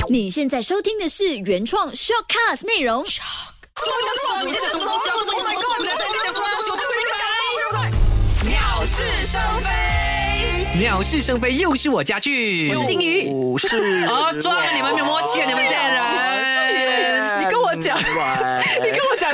你现在收听的是原创 Shortcast 内容。 鸟是生非， 鸟是生非，又是我家具， 我是金鱼， 不是抓了你们没有默契，你们这些人， 你跟我讲，你跟我讲，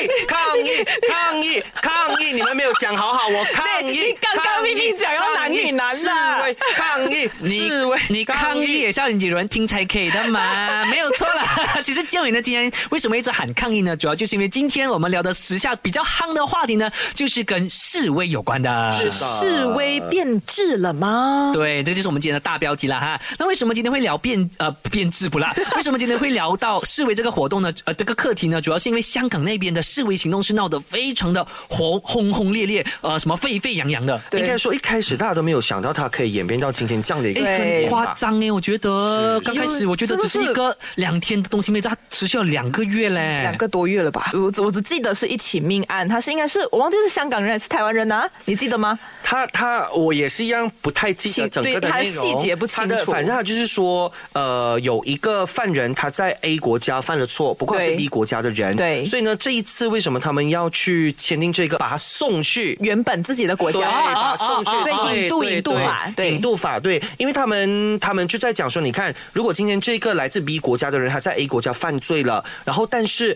抗议！你们没有讲好，我抗议！ 你刚刚明明讲要男女男的， 示威抗议，示威你抗议也是要人几人听才可以的嘛，没有错啦。其实建伟呢，今天为什么一直喊抗议呢？主要就是因为今天我们聊的时下比较夯的话题呢，就是跟示威有关的。 示威变质了吗？ 对，这就是我们今天的大标题了哈。那为什么今天会聊变质不啦？为什么今天会聊到示威这个活动呢？这个课题呢，主要是因为香港那边的示威行动是闹得非常的轰轰烈烈，什么沸沸扬扬的。 应该说一开始大家都没有想到它可以演变到今天这样的一个很夸张哎，我觉得刚开始我觉得只是一个2天的东西，没它持续了2个月嘞 ，2个多月了吧？我只记得是一起命案，他是应该是我忘记是香港人还是台湾人啊？你记得吗？ 我也是一样不太记得整个的内容， 细节不清楚。 反正他就是说，有一个犯人他在 A 国家犯了错，不过他是 B 国家的人， 对， 所以呢，这一次为什么他们要去签订这个，把他送去原本自己的国家， 对，把他送去引渡法， 对，因为他们就在讲说，你看，如果今天这个来自 B 国家的人他在 A 国家犯罪了，然后但是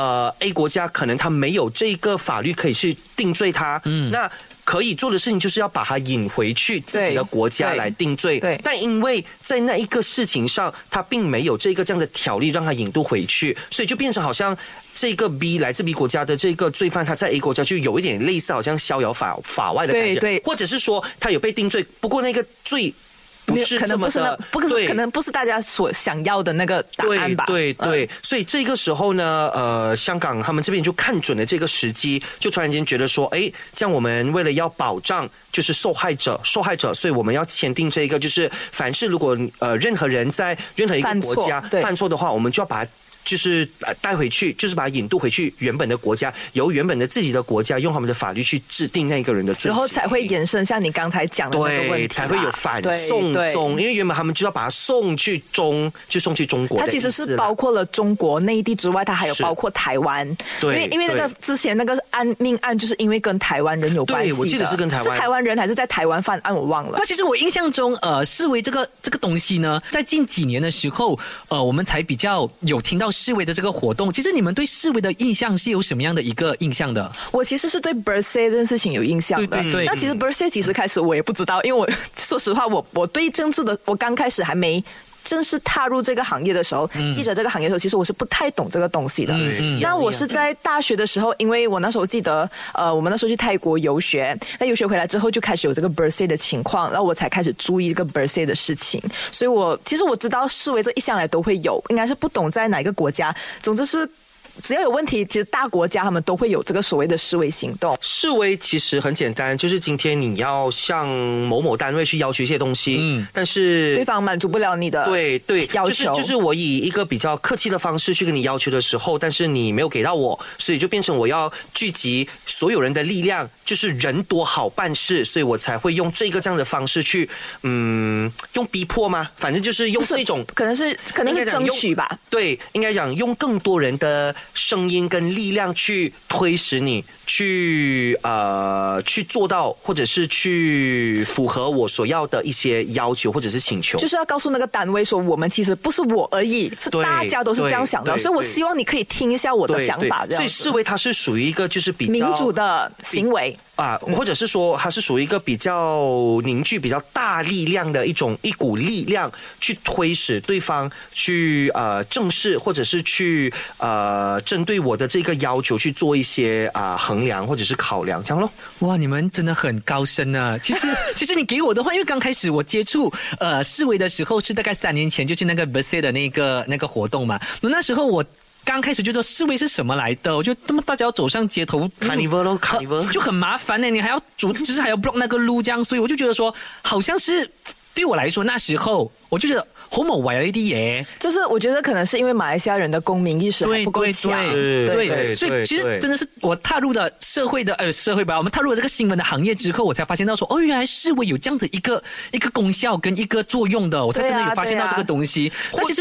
A 国家可能他没有这个法律可以去定罪他，那可以做的事情就是要把他引回去自己的国家来定罪，但因为在那一个事情上，他并没有这样的条例让他引渡回去，所以就变成好像这个 B 来自 B 国家的这个罪犯，他在 A 国家就有一点类似好像逍遥法外的感觉，对，或者是说他有被定罪，不过那个罪不是这么的， 可能不是大家所想要的那个答案吧？ 对，所以这个时候呢，香港他们这边就看准了这个时机，就突然间觉得说，这样我们为了要保障就是受害者，所以我们要签订这个，就是凡是如果任何人在任何一个国家犯错的话，我们就要把它就是带回去，就是把他引渡回去原本的国家，由原本的自己的国家用他们的法律去制定那个人的罪行， 然后才会延伸像你刚才讲的那个问题， 对，才会有反送中，因为原本他们就要把他送去中国的意思。 它其实是包括了中国内地之外，它还有包括台湾， 对， 因为那个之前那个命案就是因为跟台湾人有关系的， 对，我记得是跟台湾人还是在台湾犯案，我忘了。 那其实我印象中，示威这个东西呢，在近几年的时候，我们才比较有听到示威的这个活动。其实你们对示威的印象是有什么样的一个印象的？ 我其实是对 birthday 这件事情有印象的。 对。 那其实 birthday 其实开始我也不知道，因为我说实话，我对政治的，我刚开始还没正式踏入这个行业的时候，记者这个行业的时候，其实我是不太懂这个东西的。那我是在大学的时候，因为我那时候记得，我们那时候去泰国游学，那游学回来之后就开始有这个 birthday 的情况，然后我才开始注意这个 birthday 的事情。所以其实我知道示威这一向来都会有，应该是不懂在哪个国家，总之是只要有问题，其实大国家他们都会有这个所谓的示威行动。 示威其实很简单，就是今天你要向某某单位去要求一些东西，但是对方满足不了你的要求， 就是我以一个比较客气的方式去跟你要求的时候，但是你没有给到我，所以就变成我要聚集所有人的力量，就是人多好办事，所以我才会用这样的方式去，用逼迫吗？反正就是用这种， 可能是争取吧。 对，应该讲用更多人的声音跟力量去推使你去做到，或者是去符合我所要的一些要求或者是请求， 就是要告诉那个单位说，我们其实不是我而已，是大家都是这样想的，所以我希望你可以听一下我的想法。这样， 所以示威它是属于一个就是比较民主的行为。 或者是说它是属于一个比较凝聚比较大力量的一股力量，去推使对方去正视，或者是去针对我的这个要求去做一些衡量或者是考量，这样咯。 哇，你们真的很高深啊！其实你给我的话，因为刚开始我接触示威的时候是大概3年前，就去那个 birthday 的那个活动嘛，那时候我刚开始觉得示威是什么来的？我觉得他们大家要走上街头 ，carnival 就很麻烦呢，你还要就是还要 block 那个路这样，所以我就觉得说，好像是对我来说那时候我就觉得好冇為呢啲嘢， 就是我觉得可能是因为马来西亚人的公民意识还不够强， 对，所以其实真的是我踏入了社会吧，我们踏入了这个新闻的行业之后，我才发现到说，原来示威有这样的一个功效跟一个作用的，我才真的有发现到这个东西。那其实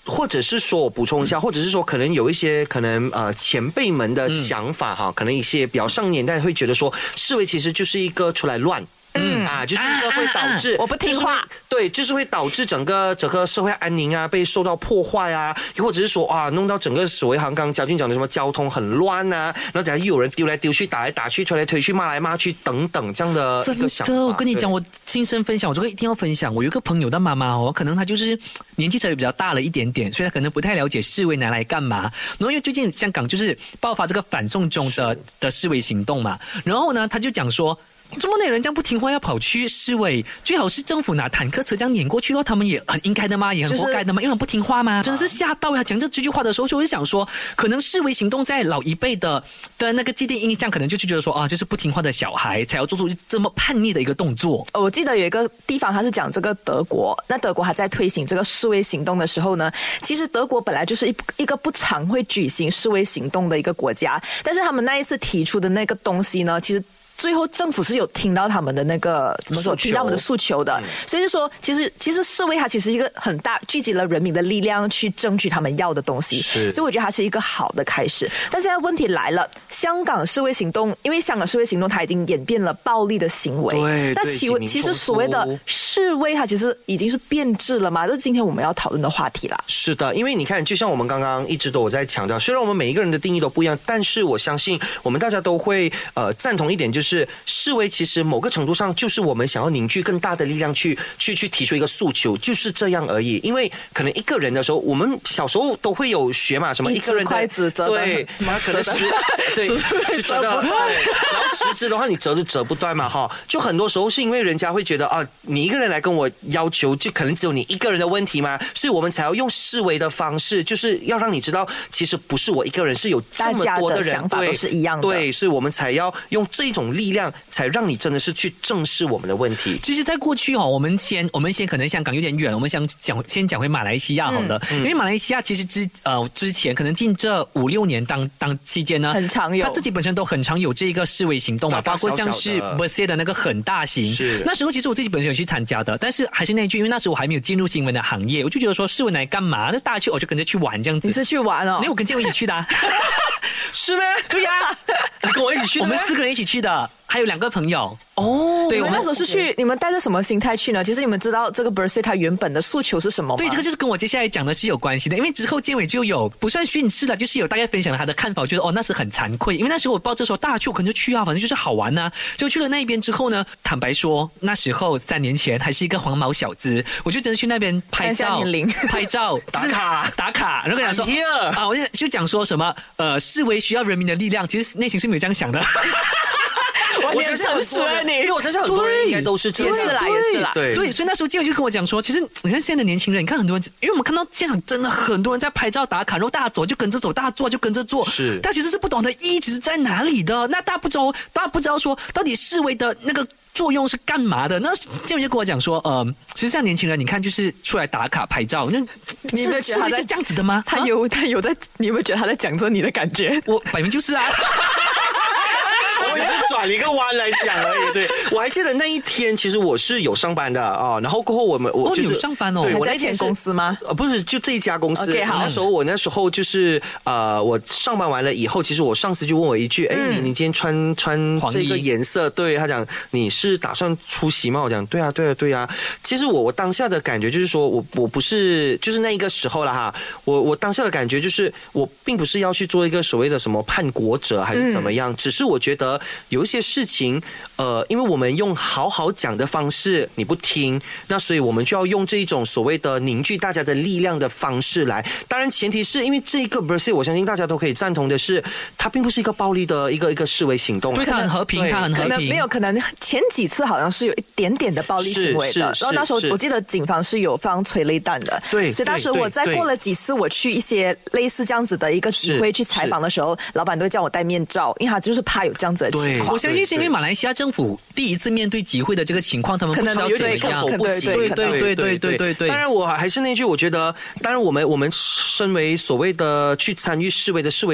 或者是说我补充一下，或者是说可能有一些可能前辈们的想法哈，可能一些比较上年代会觉得说示威其实就是一个出来乱。就是一个会导致我不听话， 对，就是会导致整个社会安宁啊被受到破坏啊，又或者是说弄到整个所谓刚刚嘉俊讲的什么交通很乱啊，然后等下又有人丢来丢去、打来打去、推来推去、骂来骂去等等这样的一个想法。 我跟你讲，我亲身分享，我这个一定要分享。我有一个朋友的妈妈可能她就是年纪稍微比较大了一点点，所以她可能不太了解示威拿来干嘛。然后因为最近香港就是爆发这个反送中的示威行动嘛，然后呢，她就讲说。这么多人这样不听话要跑去示威，最好是政府拿坦克车这样碾过去咯，他们也很应该的嘛，也很活该的嘛，因为不听话嘛，真的是吓到呀！讲这句话的时候，所以我就想说，可能示威行动在老一辈的那个既定印象，可能就觉得说就是不听话的小孩才要做出这么叛逆的一个动作。 我记得有一个地方他是讲这个德国，那德国还在推行这个示威行动的时候呢，其实德国本来就是一个不常会举行示威行动的一个国家，但是他们那一次提出的那个东西呢，其实。最后政府是有听到他们的那个怎么说，听到他们的诉求的，所以就说其实示威它其实是一个很大聚集了人民的力量去争取他们要的东西，所以我觉得它是一个好的开始。但现在问题来了，香港示威行动，因为香港示威行动它已经演变了暴力的行为， 对， 但其实所谓的示威它其实已经是变质了嘛，这是今天我们要讨论的话题啦。 是的，因为你看，就像我们刚刚一直都有在强调，虽然我们每一个人的定义都不一样，但是我相信我们大家都会赞同一点，就是示威其实某个程度上就是我们想要凝聚更大的力量去提出一个诉求，就是这样而已。因为可能一个人的时候，我们小时候都会有学嘛，什么一个人的筷子折对，可能对就折的，然后10支的话你折就折不断嘛哈。就很多时候是因为人家会觉得你一个人来跟我要求，就可能只有你一个人的问题嘛，所以我们才要用示威的方式，就是要让你知道，其实不是我一个人，是有这么多的人， 大家的想法都是一样的， 对，所以我们才要用这种力量，才让你真的是去正视我们的问题。 其实在过去我们先可能香港有点远，我们先讲回马来西亚好了，因为马来西亚其实之前可能近这5-6年当期间呢， 很常有， 他自己本身都很常有这个示威行动嘛，包括像是 Bersih 的那个很大型，那时候其实我自己本身有去参加的，但是还是那句，因为那时候我还没有进入新闻的行业，我就觉得说示威来干嘛？那大家去我就跟着去玩这样子。 你是去玩哦？ 我跟建伟一起去的是吗？ 对呀， 你跟我一起去的， 我们4个人一起去的，还有2个朋友。 对，我们那时候是去，你们带着什么心态去呢？其实你们知道这个 Bersih 它原本的诉求是什么吗？ 对，这个就是跟我接下来讲的是有关系的，因为之后建伟就有不算训斥的，就是有大概分享了他的看法，觉得那时很惭愧，因为那时候我抱着说大家去我可能就去反正就是好玩啊。就去了那边之后呢，坦白说那时候3年前还是一个黄毛小子，我就真的去那边拍照打卡，然后跟他说我就讲说什么示威需要人民的力量，其实内心是没有这样想的。 我相信很多人， 因为我相信很多人应该都是这样， 也是啦， 对，所以那时候建伟就跟我讲说，其实你看现在的年轻人，你看很多人，因为我们看到现场真的很多人在拍照打卡，然后大家走就跟着走，大家坐就跟着坐， 是， 但其实是不懂的意义其实在哪里的，那大家不知道说到底示威的那个作用是干嘛的？那建伟就跟我讲说，其实像年轻人，你看就是出来打卡拍照，那你有没有觉得他是这样子的吗？ 他有在，你有没有觉得他在讲着你的感觉？ 我摆明就是啊。 我只是转一个弯来讲而已。对，我还记得那一天，其实我是有上班的然后过后我就是有上班哦。 对，我在前公司吗？ 不是，就这一家公司。 OK， 好。 那时候就是我上班完了以后，其实我上司就问我一句，你今天穿这个颜色，对他讲你是打算出席吗？我讲对啊。其实我当下的感觉就是说我不是就是那一个时候了哈，我当下的感觉就是我并不是要去做一个所谓的什么叛国者还是怎么样，只是我觉得有一些事情，因为我们用好好讲的方式你不听，那所以我们就要用这种所谓的凝聚大家的力量的方式来。当然前提是因为这个 Bersih 我相信大家都可以赞同的是，它并不是一个暴力的一个示威行动， 对，它很和平， 没有可能前几次好像是有一点点的暴力行为的，然后那时候我记得警方是有放催泪弹的， 对， 所以当时我在过了几次我去一些类似这样子的一个集会去采访的时候，老板都会叫我戴面罩，因为他就是怕有这样子的情况。 我相信是因为马来西亚政府第一次面对集会的这个情况，他们不知道怎么样， 措手不及。 对。 当然，我还是那句，我觉得，当然我们身为所谓的去参与示威的示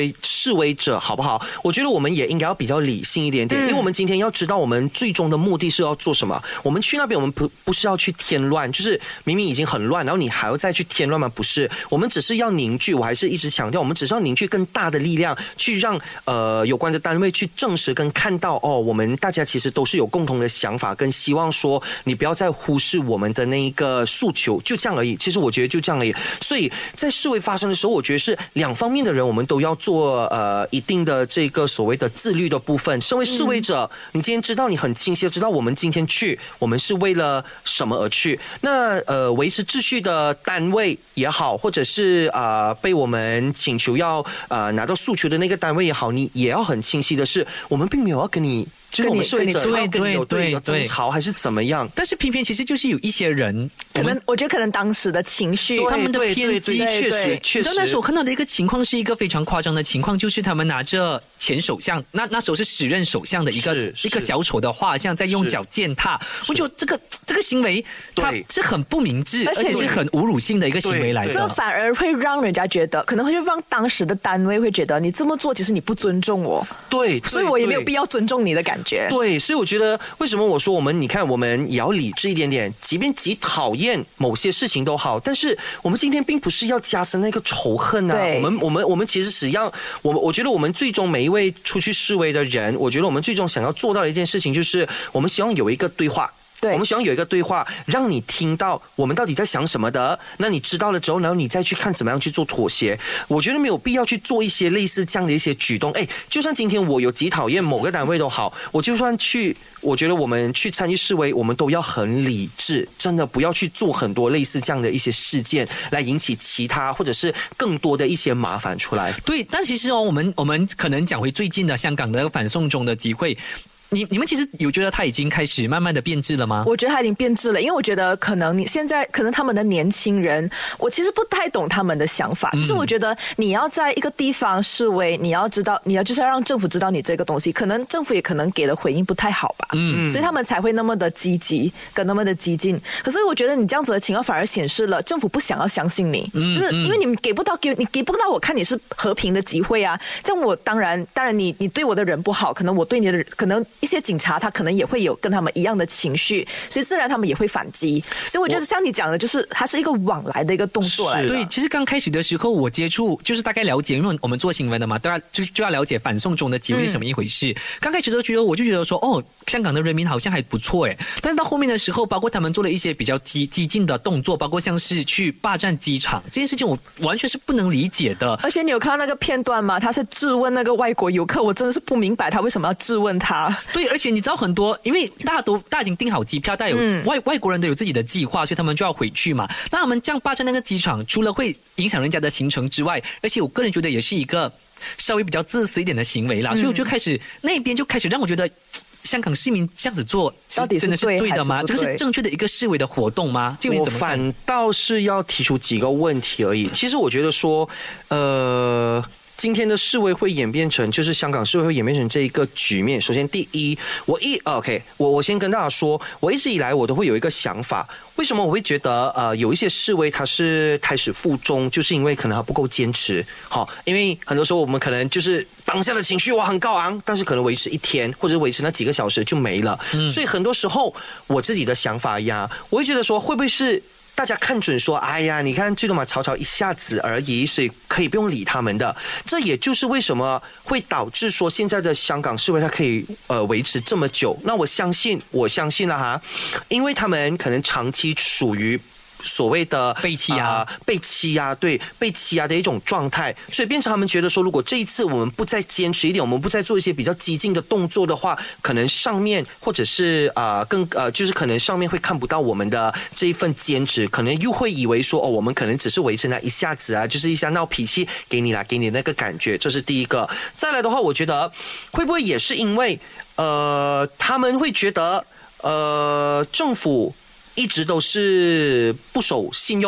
示威者，好不好？我觉得我们也应该要比较理性一点点，因为我们今天要知道我们最终的目的是要做什么。我们去那边，我们不是要去添乱，就是明明已经很乱，然后你还要再去添乱吗？不是，我们只是要凝聚。我还是一直强调，我们只是要凝聚更大的力量，去让有关的单位去证实跟看到我们大家其实都是有共同的想法，跟希望说你不要再忽视我们的那一个诉求，就这样而已。其实我觉得就这样而已。所以在示威发生的时候，我觉得是两方面的人，我们都要做一定的这个所谓的自律的部分。身为示威者，你今天知道，你很清晰的知道我们今天去，我们是为了什么而去。那维持秩序的单位也好，或者是被我们请求要拿到诉求的那个单位也好，你也要很清晰的是，我们并没有要跟你。就是我们示威者要跟你有争吵还是怎么样？ 但是偏偏其实就是有一些人， 我觉得可能当时的情绪， 他们的偏激， 确实。 你知道那时候我看到的一个情况是一个非常夸张的情况，就是他们拿着前首相，那时候是时任首相的一个小丑的画像，在用脚践踏。我觉得这个行为，它是很不明智，而且是很侮辱性的一个行为来的。 这反而会让人家觉得，可能会让当时的单位会觉得你这么做，其实你不尊重我。 对， 所以我也没有必要尊重你的感觉。 对，所以我觉得为什么我说你看我们也要理智一点点，即便极讨厌某些事情都好，但是我们今天并不是要加深那个仇恨啊。我们其实是要我觉得我们最终每一位出去示威的人，我觉得我们最终想要做到的一件事情，就是我们希望有一个对话。我们希望有一个对话，让你听到我们到底在想什么的。那你知道了之后，然后你再去看怎么样去做妥协。我觉得没有必要去做一些类似这样的一些举动。就算今天我有极讨厌某个单位都好，我就算去，我觉得我们去参与示威，我们都要很理智，真的不要去做很多类似这样的一些事件，来引起其他或者是更多的一些麻烦出来。 对，但其实我们可能讲回最近的香港的反送中的集会。你们其实有觉得他已经开始慢慢的变质了吗？ 我觉得他已经变质了，因为我觉得可能你现在他们的年轻人，我其实不太懂他们的想法。就是我觉得你要在一个地方示威，你要就是要让政府知道你这个东西，可能政府也可能给的回应不太好吧。所以他们才会那么的积极跟那么的激进。可是我觉得你这样子的情况反而显示了政府不想要相信你，就是因为你给不到我看你是和平的集会啊。这样我当然你对我的人不好，可能我对你的人可能。一些警察他可能也会有跟他们一样的情绪，所以自然他们也会反击。所以我觉得像你讲的，就是它是一个往来的一个动作来的。 对，其实刚开始的时候我接触就是大概了解，因为我们做新闻的嘛，就要了解反送中的集会是什么一回事。刚开始的时候我就觉得说，香港的人民好像还不错哎，但是到后面的时候，包括他们做了一些比较激进的动作，包括像是去霸占机场这件事情，我完全是不能理解的。 而且你有看到那个片段吗？他是质问那个外国游客，我真的是不明白他为什么要质问他。 对，而且你知道很多，因为大家已经订好机票，大家有外国人都有自己的计划，所以他们就要回去嘛。那他们这样霸占那个机场，除了会影响人家的行程之外，而且我个人觉得也是一个稍微比较自私一点的行为啦。所以我就那边就开始让我觉得。香港市民这样子做， 到底是真的是对的吗？这个是正确的一个示威的活动吗？ 我反倒是要提出几个问题而已。其实我觉得说，今天的示威会演变成，就是香港示威会演变成这一个局面。首先，第一，我先跟大家说，我一直以来我都会有一个想法，为什么我会觉得有一些示威它是胎死腹中，就是因为可能它不够坚持。好，因为很多时候我们可能就是当下的情绪很高昂，但是可能维持一天或者维持那几个小时就没了。所以很多时候我自己的想法呀，我会觉得说，会不会是大家看准说，哎呀，你看最多嘛，吵一下子而已，所以可以不用理他们的。这也就是为什么会导致说现在的香港示威它可以维持这么久。那我相信了哈，因为他们可能长期属于所谓的被欺压， 被欺压的一种状态，所以变成他们觉得说，如果这一次我们不再坚持一点，我们不再做一些比较激进的动作的话，可能上面或者是就是可能上面会看不到我们的这一份坚持，可能又会以为说，我们可能只是维持那一下子啊，就是一下闹脾气给你那个感觉，这是第一个。再来的话，我觉得会不会也是因为他们会觉得政府一直都是不守信用，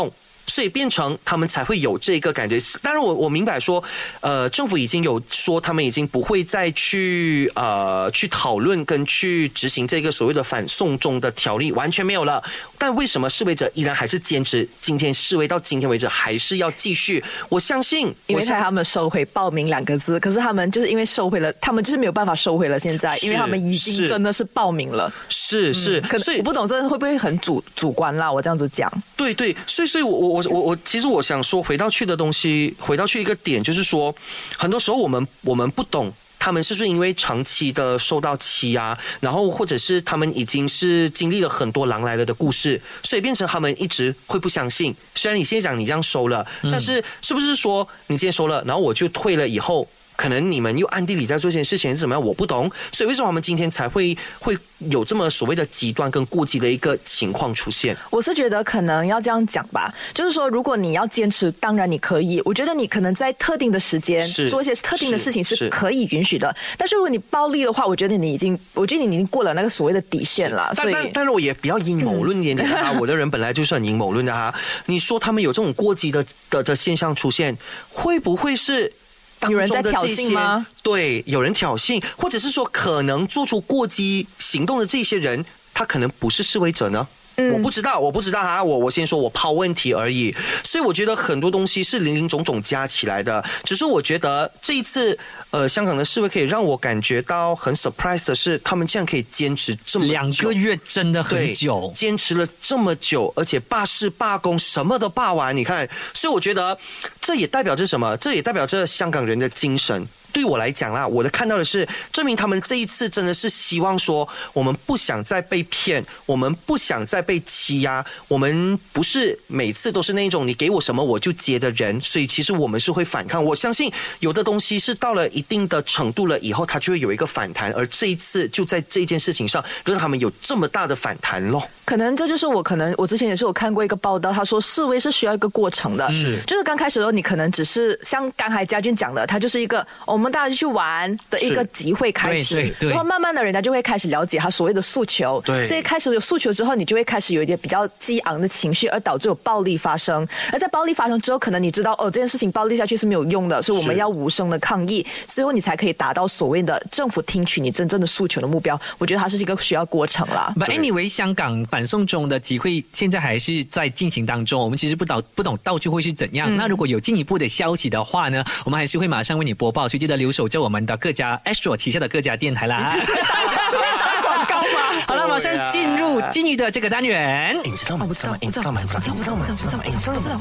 所以变成他们才会有这个感觉。当然我明白说，政府已经有说他们已经不会再去讨论跟去执行这个所谓的反送中的条例，完全没有了。但为什么示威者依然还是坚持今天示威到今天为止还是要继续？我相信， 因为他们收回报名2个字，可是他们就是因为收回了，他们就是没有办法收回了。现在，因为他们已经真的是报名了， 是， 所以我不懂这会不会很主观啦？我这样子讲， 对，所以我其实我想说，回到去一个点，就是说，很多时候我们不懂。他们是不是因为长期的受到欺压，然后或者是他们已经是经历了很多狼来了的故事，所以变成他们一直会不相信。虽然你现在讲你这样收了，但是是不是说你今天收了，然后我就退了以后，可能你们又暗地里在做这件事情是怎么样？我不懂，所以为什么我们今天才会有这么所谓的极端跟过激的一个情况出现？ 我是觉得可能要这样讲吧，就是说，如果你要坚持，当然你可以。我觉得你可能在特定的时间做一些特定的事情是可以允许的。但是如果你暴力的话，我觉得你已经过了那个所谓的底线了。 但是我也比较阴谋论一点啊，我的人本来就是很阴谋论的哈。你说他们有这种过激的现象出现，会不会是？ 有人在挑衅吗？ 对，有人挑衅，或者是说可能做出过激行动的这些人，他可能不是示威者呢？我不知道哈，我先说我抛问题而已，所以我觉得很多东西是林林总总加起来的。只是我觉得这一次香港的示威可以让我感觉到很 surprise 的是，他们竟然可以坚持这么久 2个月，真的很久， 坚持了这么久，而且罢市罢工什么都罢完，你看，所以我觉得这也代表着什么？这也代表着香港人的精神。对我来讲啦，我的看到的是，证明他们这一次真的是希望说，我们不想再被骗，我们不想再被欺压，我们不是每次都是那种你给我什么我就接的人，所以其实我们是会反抗。我相信有的东西是到了一定的程度了以后，它就会有一个反弹，而这一次就在这件事情上，让他们有这么大的反弹咯。 可能这就是我之前也是有看过一个报道，他说示威是需要一个过程的，就是刚开始的时候你可能只是像刚才嘉俊讲的，它就是一个我们大家去玩的一个集会开始，然后慢慢的人家就会开始了解他所谓的诉求，所以开始有诉求之后，你就会开始有一点比较激昂的情绪，而导致有暴力发生。而在暴力发生之后，可能你知道这件事情暴力下去是没有用的，所以我们要无声的抗议，最后你才可以达到所谓的政府听取你真正的诉求的目标。我觉得它是一个需要过程啦。 But anyway， 香港反送中的集会现在还是在进行当中，我们其实不懂到底会是怎样。那如果有进一步的消息的话呢，我们还是会马上为你播报，所以记得留守在我们的各家 Astro 旗下的各家电台啦。 是打广告吗？ 好了，马上进入金鱼的这个单元。 你知道吗？你知道吗？你知道吗？你知道吗？你知道吗？你知道吗？你知道吗？你知道吗？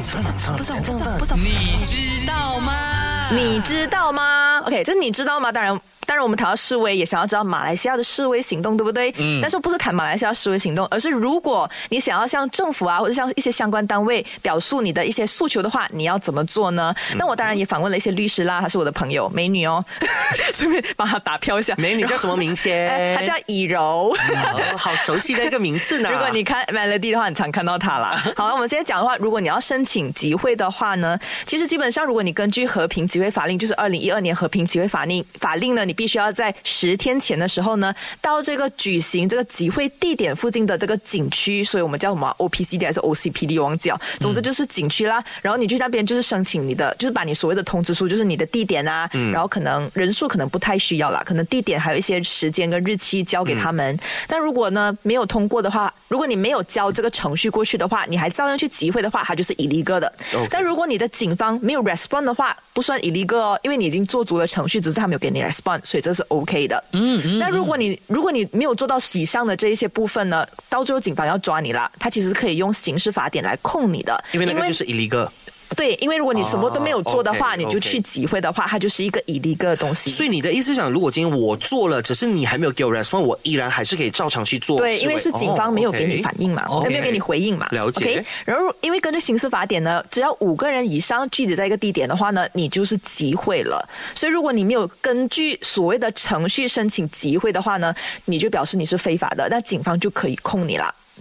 你知道吗 ？OK， 这你知道吗？当然，我们谈到示威，也想要知道马来西亚的示威行动，对不对？但是不是谈马来西亚示威行动，而是如果你想要向政府啊，或者向一些相关单位表述你的一些诉求的话，你要怎么做呢？那我当然也访问了一些律师啦，她是我的朋友，美女哦，顺便帮她打票一下。 美女叫什么名先？ 她叫以柔， 好熟悉的一个名字呢。 如果你看 Melody 的话，你常看到她啦。好，我们现在讲的话，如果你要申请集会的话呢，其实基本上如果你根据和平集会法令，就是2012年和平集会法令呢，你必须要在10天前的时候呢，到这个举行这个集会地点附近的这个景区，所以我们叫什么 OPCD 还是 OCPD 忘记了，总之就是景区啦。然后你去那边就是申请你的，就是把你所谓的通知书，就是你的地点啊，然后可能人数可能不太需要啦，可能地点还有一些时间跟日期交给他们。但如果呢没有通过的话，如果你没有交这个程序过去的话，你还照样去集会的话，它就是 illegal 的。但如果你的警方没有 respond 的话，不算 illegal 哦，因为你已经做足了程序，只是他没有给你 respond， 所以这是 OK 的。那如果你没有做到以上的这一些部分呢，到最后警方要抓你啦，他其实可以用刑事法典来控你的， 因为那个就是 illegal。 对，因为如果你什么都没有做的话，你就去集会的话，它就是一个illegal的东西。 所以你的意思讲，如果今天我做了，只是你还没有给我 respond， 我依然还是可以照常去做。 对，因为是警方没有给你反应嘛，没有给你回应嘛。 了解。 OK， 然后因为根据刑事法典呢，只要5个人以上聚集在一个地点的话呢，你就是集会了。所以如果你没有根据所谓的程序申请集会的话呢，你就表示你是非法的，那警方就可以控你啦。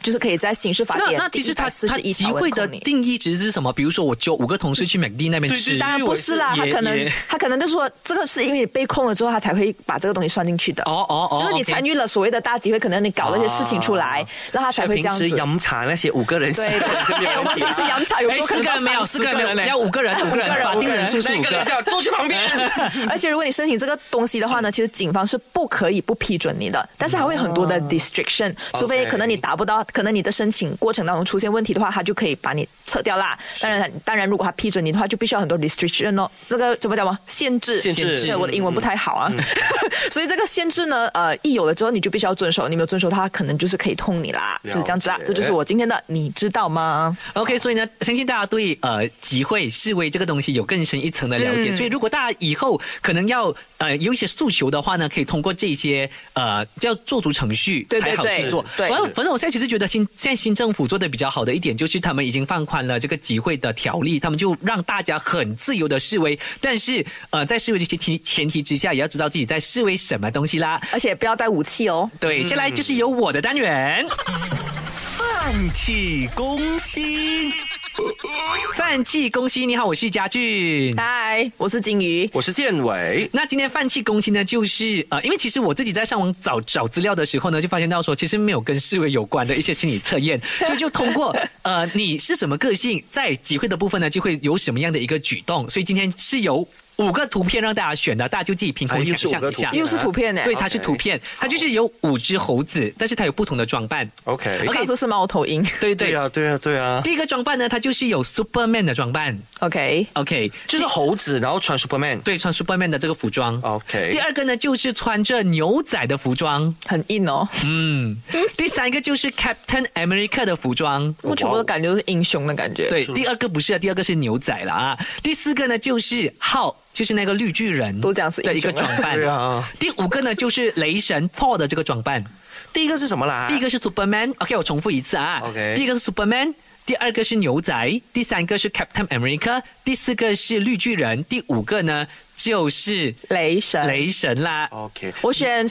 就是可以在刑事法典那其实他 141 集会的定义其实是什么？比如说我揪5个同事去美的那边吃， 当然不是啦，他可能就说这个是因为你被控了之后，他才会把这个东西算进去的。就是你参与了所谓的大集会，可能你搞了一些事情出来，然后他才会这样子。 平时饮茶那些5个人， 对，我们平时饮茶有时候可能没有4个人要5个人，法定人数是5个， 坐去旁边。 而且如果你申请这个东西的话呢，其实警方是不可以不批准你的，但是还会很多的 restriction，除非可能你达不到，可能你的申请过程当中出现问题的话，他就可以把你撤掉啦。当然，如果他批准你的话，就必须要很多 restriction 哦，这个怎么讲嘛？限制。我的英文不太好啊，所以这个限制呢，一有了之后你就必须要遵守，你没有遵守的话，可能就是可以痛你啦，就是这样子啦。这就是我今天的，你知道吗 ？OK， 所以呢，相信大家对集会示威这个东西有更深一层的了解，所以如果大家以后可能要有一些诉求的话呢，可以通过这些要做足程序才好去做。反正我现在其实觉得现在新政府做的比较好的一点就是他们已经放宽了这个集会的条例，他们就让大家很自由的示威，但是在示威这些前提之下，也要知道自己在示威什么东西啦， 而且不要带武器哦。 对，接下来就是有我的单元。 饭气攻心， 饭气攻心，你好，我是嘉俊。 嗨，我是金鱼， 我是建伟。 那今天饭气攻心呢，就是因为其实我自己在上网找资料的时候呢，就发现到说，其实没有跟示威有关的一些心理测验，所以就通过你是什么个性，在集会的部分呢，就会有什么样的一个举动。所以今天是由5个图片让大家选的，大家就自己凭空想象一下。 又是图片呢？ 对，它是图片，它就是有5只猴子，但是它有不同的装扮。 OK， 上次是猫头鹰。 对啊。 第一个装扮呢，它就是有 Superman 的装扮。 OK， 就是猴子，然后穿 Superman。 对，穿 Superman 的这个服装。 OK。 第二个呢，就是穿着牛仔的服装， 很硬哦。 第3个就是 Captain America 的服装， 我全部都感觉都是英雄的感觉。 对，第2个不是，第2个是牛仔了啊。第4个呢，就是Hulk，就是那个绿巨人都这样是的一个装扮。 对啊。 第5个呢，就是雷神 Thor 的这个装扮。 第一个是什么啦？ 第一个是 Superman。OK， 我重复一次啊。 OK。 第一个是 Superman，第2个是牛仔，第3个是 Captain America， 第4个是绿巨人，第5个呢就是雷神啦。 OK， 我选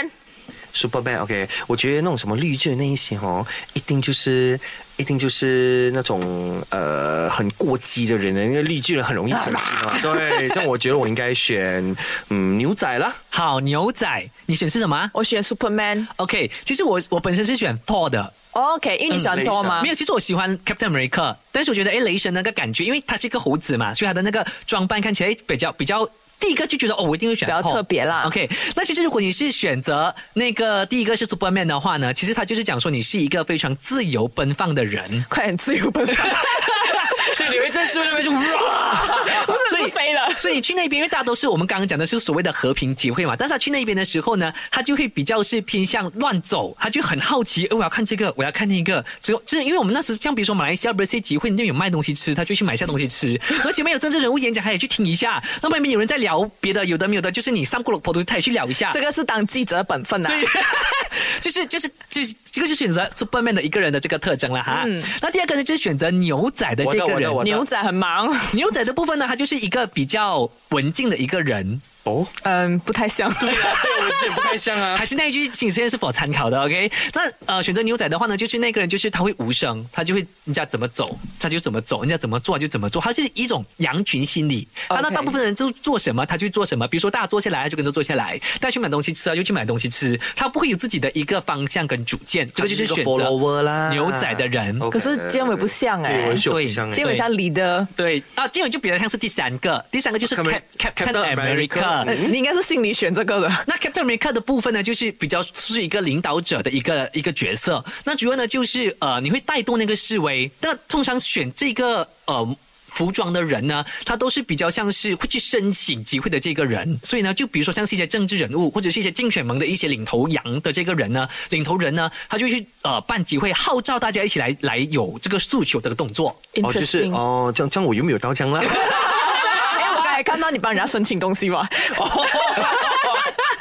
Superman。OK， 我觉得那种什么绿巨人那一些一定就是那种很过激的人，因为绿巨人很容易生气嘛。对，这样我觉得我应该选牛仔啦。 好，牛仔，你选是什么？ 我选 Superman。OK， 其实我本身是选 Thor 的。 OK， 因为你喜欢 Thor 吗？ 没有，其实我喜欢 Captain America， 但是我觉得雷神那个感觉，因为他是一个猴子嘛，所以他的那个装扮看起来比较。第一个就觉得我一定会选 Thor， 比较特别啦。 OK， 那其实如果你是选择那个第一个是 Superman 的话呢，其实他就是讲说你是一个非常自由奔放的人， 快点自由奔放。 所以你会在室内那边就所以飞了。 所以去那边，因为大家都是我们刚刚讲的是所谓的和平集会嘛，但是他去那边的时候呢，他就会比较是偏向乱走，他就很好奇，我要看这个，我要看那个，就是因为我们那时像比如说马来西亚 Bersih 集会，那边有卖东西吃，他就去买下东西吃，而且没有政治人物演讲，他也去听一下，那外面有人在聊别的，有的没有的，就是你上过了坡度，他也去聊一下。 这个是当记者的本分啊。 对，就是这个就选择 Superman 的一个人的这个特征了哈。那第2个呢，就是选择牛仔的这个人。 牛仔很忙。 牛仔的部分呢，他就是一个比较文静的一个人。 不太像。 对啊，对我也不太像啊。 还是那一句心理测验是否参考的 ？OK， 那选择牛仔的话呢，就是那个人就是他会无声，他就会人家怎么走他就怎么走，人家怎么做就怎么做，他就是一种羊群心理。那大部分人就做什么他就做什么，比如说大家坐下来他就跟着坐下来，大家去买东西吃他就去买东西吃，他不会有自己的一个方向跟主见。这个就是选择牛仔的人。 可是建伟不像对， 建伟像leader。 对啊，建伟就比较像是第3个就是 Captain America。 你应该是心里选这个的。 那 Captain America 的部分呢，就是比较是一个领导者的一个角色。那主要呢就是你会带动那个示威。那通常选这个服装的人呢，他都是比较像是会去申请集会的这个人。所以呢，就比如说像是一些政治人物或者是一些竞选盟的一些领头羊的这个人呢，他就去办集会，号召大家一起来有这个诉求的动作。 就是这样我有没有刀枪啦？ 看到你帮人家申请东西吗？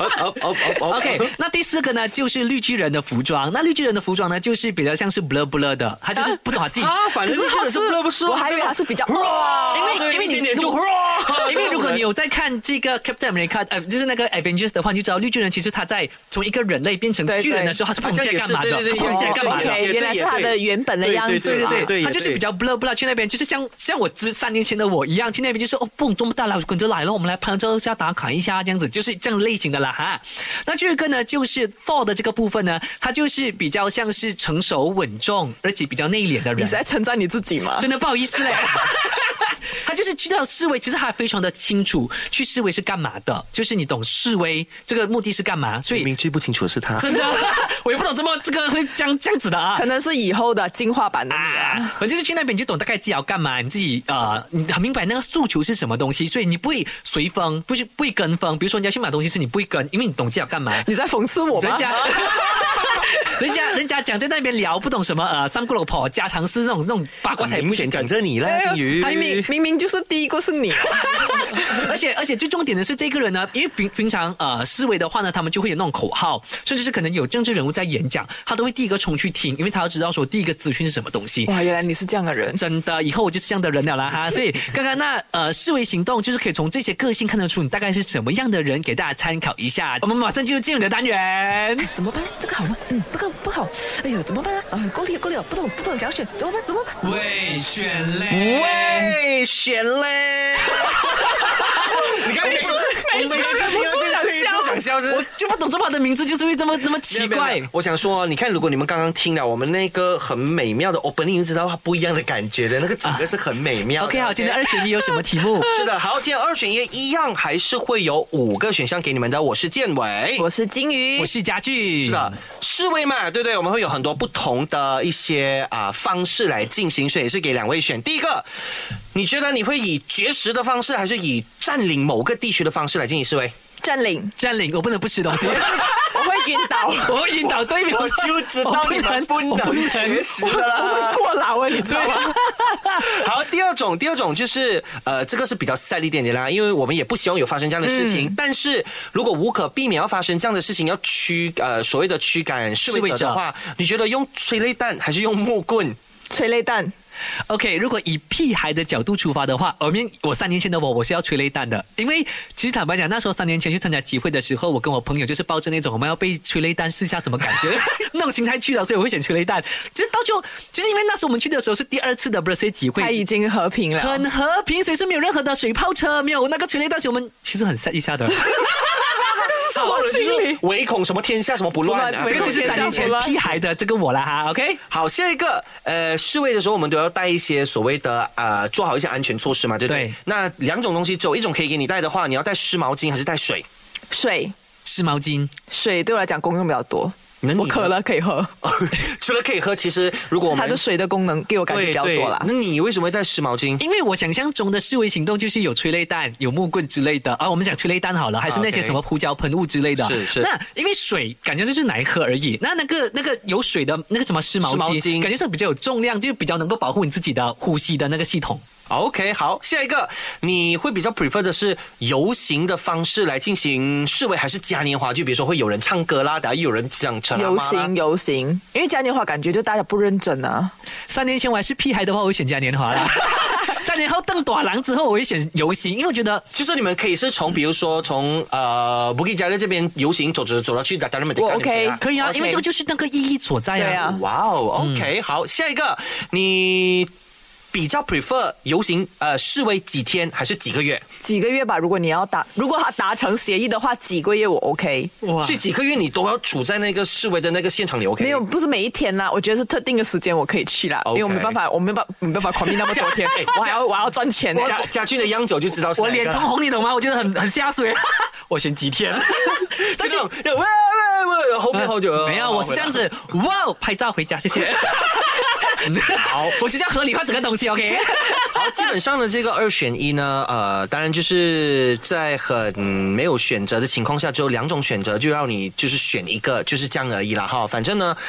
OK， 那第4个呢，就是绿巨人的服装。那绿巨人的服装呢，就是比较像是 blur blur 的，他就是不懂他自己。 反正是 blur 不是， 我还以为他是比较因为你因为如果你有在看这个 Captain America，就是那个 Avengers 的话，你就知道绿巨人其实他在从一个人类变成巨人的时候，他是不懂在干嘛的，不懂在干嘛的。 原来是他的原本的样子。 对，他就是比较 blur blur 去那边，就是像我3年前的我一样，去那边就是不这么大了，跟着来了，我们来拍照一下打卡一下，这样子就是这样类型的啦哈。那第2个呢，就是 Thor 的这个部分呢，他就是比较像是成熟稳重，而且比较内敛的人。 你是在称赞你自己吗？ 真的不好意思嘞。他就是去到示威，其实他非常的清楚去示威是干嘛的，就是你懂示威这个目的是干嘛，所以明最不清楚的是他， 真的，我也不懂怎么这个会这样子的啊， 可能是以后的进化版的你啊。 反正就是去那边你就懂大概自己要干嘛，你自己你很明白那个诉求是什么东西，所以你不会随风，不会跟风。比如说人家去买东西是你不会跟，因为你懂自己要干嘛。 你在讽刺我吗？ 人家讲在那边聊不懂什么三姑六婆家常事那种八卦， 明显讲着你啦，金鱼。 明明就是第一个是你。 而且最重点的是这个人呢，因为平常示威的话呢，他们就会有那种口号，甚至是可能有政治人物在演讲，他都会第一个冲去听，因为他要知道说第一个资讯是什么东西。 哇，原来你是这样的人。 真的，以后我就是这样的人了啦哈。所以刚刚那示威行动就是可以从这些个性看得出你大概是什么样的人，给大家参考一下。我们马上进入的单元。 怎么办呢？这个好吗？这个不好。哎呦，怎么办呢？够力，不懂怎样选，怎么办？ 未选嘞。 你看，每次想笑， 我就不懂这把的名字就是会那么奇怪。 我想说，你看，如果你们刚刚听了我们那个很美妙的 opening， 就知道它不一样的感觉的，那个整个是很美妙的。 OK， 好，今天2选1有什么题目？ 是的，好，今天2选1一样还是会有5个选项给你们的。我是建伟， 我是金鱼， 我是家具。 是的，示威嘛，对不对？我们会有很多不同的一些方式来进行，所以也是给2位选。第一个，你觉得你会以绝食的方式，还是以占领某个地区的方式来进行示威？ 占领， 我不能不吃东西。 我会晕倒， 对， 我就知道你们不能绝食的啦， 我会过劳你知道吗？ 好，第二种就是这个是比较 sad 一点点啦，因为我们也不希望有发生这样的事情，但是如果无可避免要发生这样的事情，要所谓的驱赶示威者的话，你觉得用催泪弹还是用木棍？ 催泪弹。 OK， 如果以屁孩的角度出发的话，我3年前的我是要催泪弹的，因为其实坦白讲，那时候3年前去参加集会的时候，我跟我朋友就是抱着那种我们要被催泪弹试下怎么感觉那种心态去的，所以我会选催泪弹。其实就是因为那时候我们去的时候是第2次的 Brazil 集会， 它已经和平了， 很和平，所以是没有任何的水炮车，没有那个催泪弹，所以我们其实很 sad 一下的。 做人就是唯恐什么天下什么不乱啊， 这个就是3年前屁孩的这个我啦哈 ，OK。 好，下一个示威的时候我们都要带一些所谓的做好一些安全措施嘛，对不对？ 对。 那2种东西只有一种可以给你带的话，你要带湿毛巾还是带水？ 湿毛巾。 水对我来讲功用比较多。我渴了可以喝， 除了可以喝，其实如果我们它的水的功能给我感觉比较多啦。 那你为什么会带湿毛巾？ 因为我想象中的示威行动就是有催泪弹、有木棍之类的我们讲催泪弹好了，还是那些什么胡椒喷雾之类的。 是。 那因为水感觉就是拿喝而已，那个有水的那个什么湿毛巾，感觉是比较有重量，就比较能够保护你自己的呼吸的那个系统。 OK， 好，下一个你会比较 prefer 的是游行的方式来进行示威，还是嘉年华？就比如说会有人唱歌啦，等下有人讲成游行，因为嘉年华感觉就大家不认真啊。 3年前我还是屁孩的话，我会选嘉年华啦。3年后登短廊之后，我会选游行，因为我觉得就是你们可以是比如说从布吉加勒这边游行走到去达达人们的 OK 可以啊，因为这个就是那个意义所在啊。 对啊， 哇哦 ，OK， 好，下一个你比较 prefer 游行示威几天还是几个月？ 几个月吧，如果他达成协议的话，几个月我 OK。 哇，所以几个月你都要处在那个示威的那个现场里 OK？ 没有，不是每一天啦，我觉得是特定的时间我可以去啦，因为我没办法狂逼那么多天，我要赚钱。 家俊的央酒就知道是哪个。 我脸通红，你懂吗？我觉得很下水。我选几天， 但是后面好久没有，我是这样子，哇，拍照回家，谢谢。好，我就是要合理化整个东西 ，OK。 好，基本上呢，这个2选1呢，当然就是在很没有选择的情况下，只有2种选择，就让你就是选一个，就是这样而已啦哈。反正呢，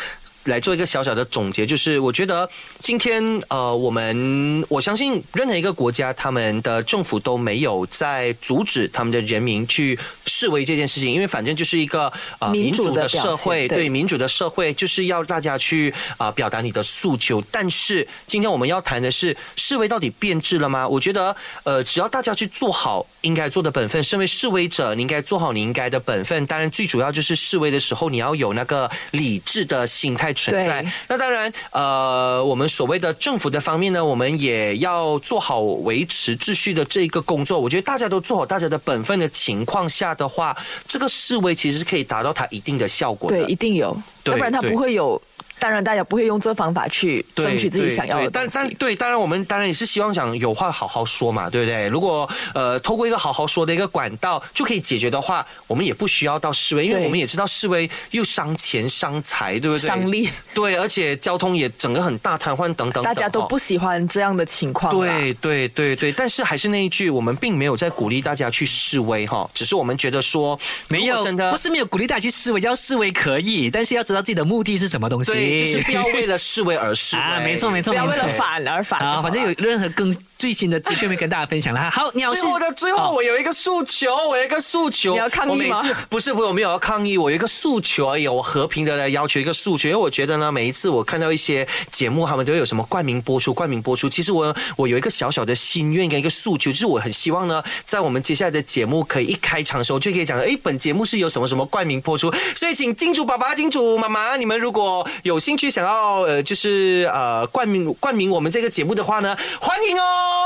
来做一个小小的总结，就是我觉得今天我相信任何一个国家，他们的政府都没有在阻止他们的人民去示威这件事情，因为反正就是一个民主的社会，对民主的社会就是要大家去表达你的诉求。但是今天我们要谈的是示威到底变质了吗？我觉得只要大家去做好应该做的本分，身为示威者，你应该做好你应该的本分。当然，最主要就是示威的时候，你要有那个理智的心态存在。那当然，我们所谓的政府的方面呢，我们也要做好维持秩序的这个工作。我觉得大家都做好大家的本分的情况下的话，这个示威其实是可以达到它一定的效果的。 对，一定有，要不然它不会有。当然，大家不会用这方法去争取自己想要的东西。 当然我们当然也是希望讲有话好好说嘛，对不对？如果透过一个好好说的一个管道就可以解决的话，我们也不需要到示威，因为我们也知道示威又伤钱伤财，对不对？ 伤力。对， 而且交通也整个很大瘫痪等等。 大家都不喜欢这样的情况。 对，但是还是那一句，我们并没有在鼓励大家去示威哈，只是我们觉得说没有，真的不是没有鼓励大家去示威，要示威可以，但是要知道自己的目的是什么东西。 对，就是不要为了示威而示威啊，没错， 不要为了反而反啊，反正有任何更最新的资讯会跟大家分享了。好， 最后我有一个诉求， 你要抗议吗？ 不是，我没有要抗议，我有一个诉求而已，我和平的来要求一个诉求，因为我觉得呢，每一次我看到一些节目，他们都有什么冠名播出，其实我有一个小小的心愿跟一个诉求，就是我很希望呢，在我们接下来的节目可以一开场的时候就可以讲，本节目是有什么什么冠名播出，所以请金主爸爸、金主妈妈，你们如果有兴趣想要冠名我们这个节目的话呢，欢迎哦。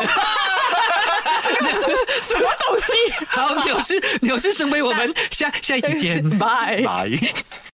什么东西？ 好，鸟是身为我们下一集见， 拜。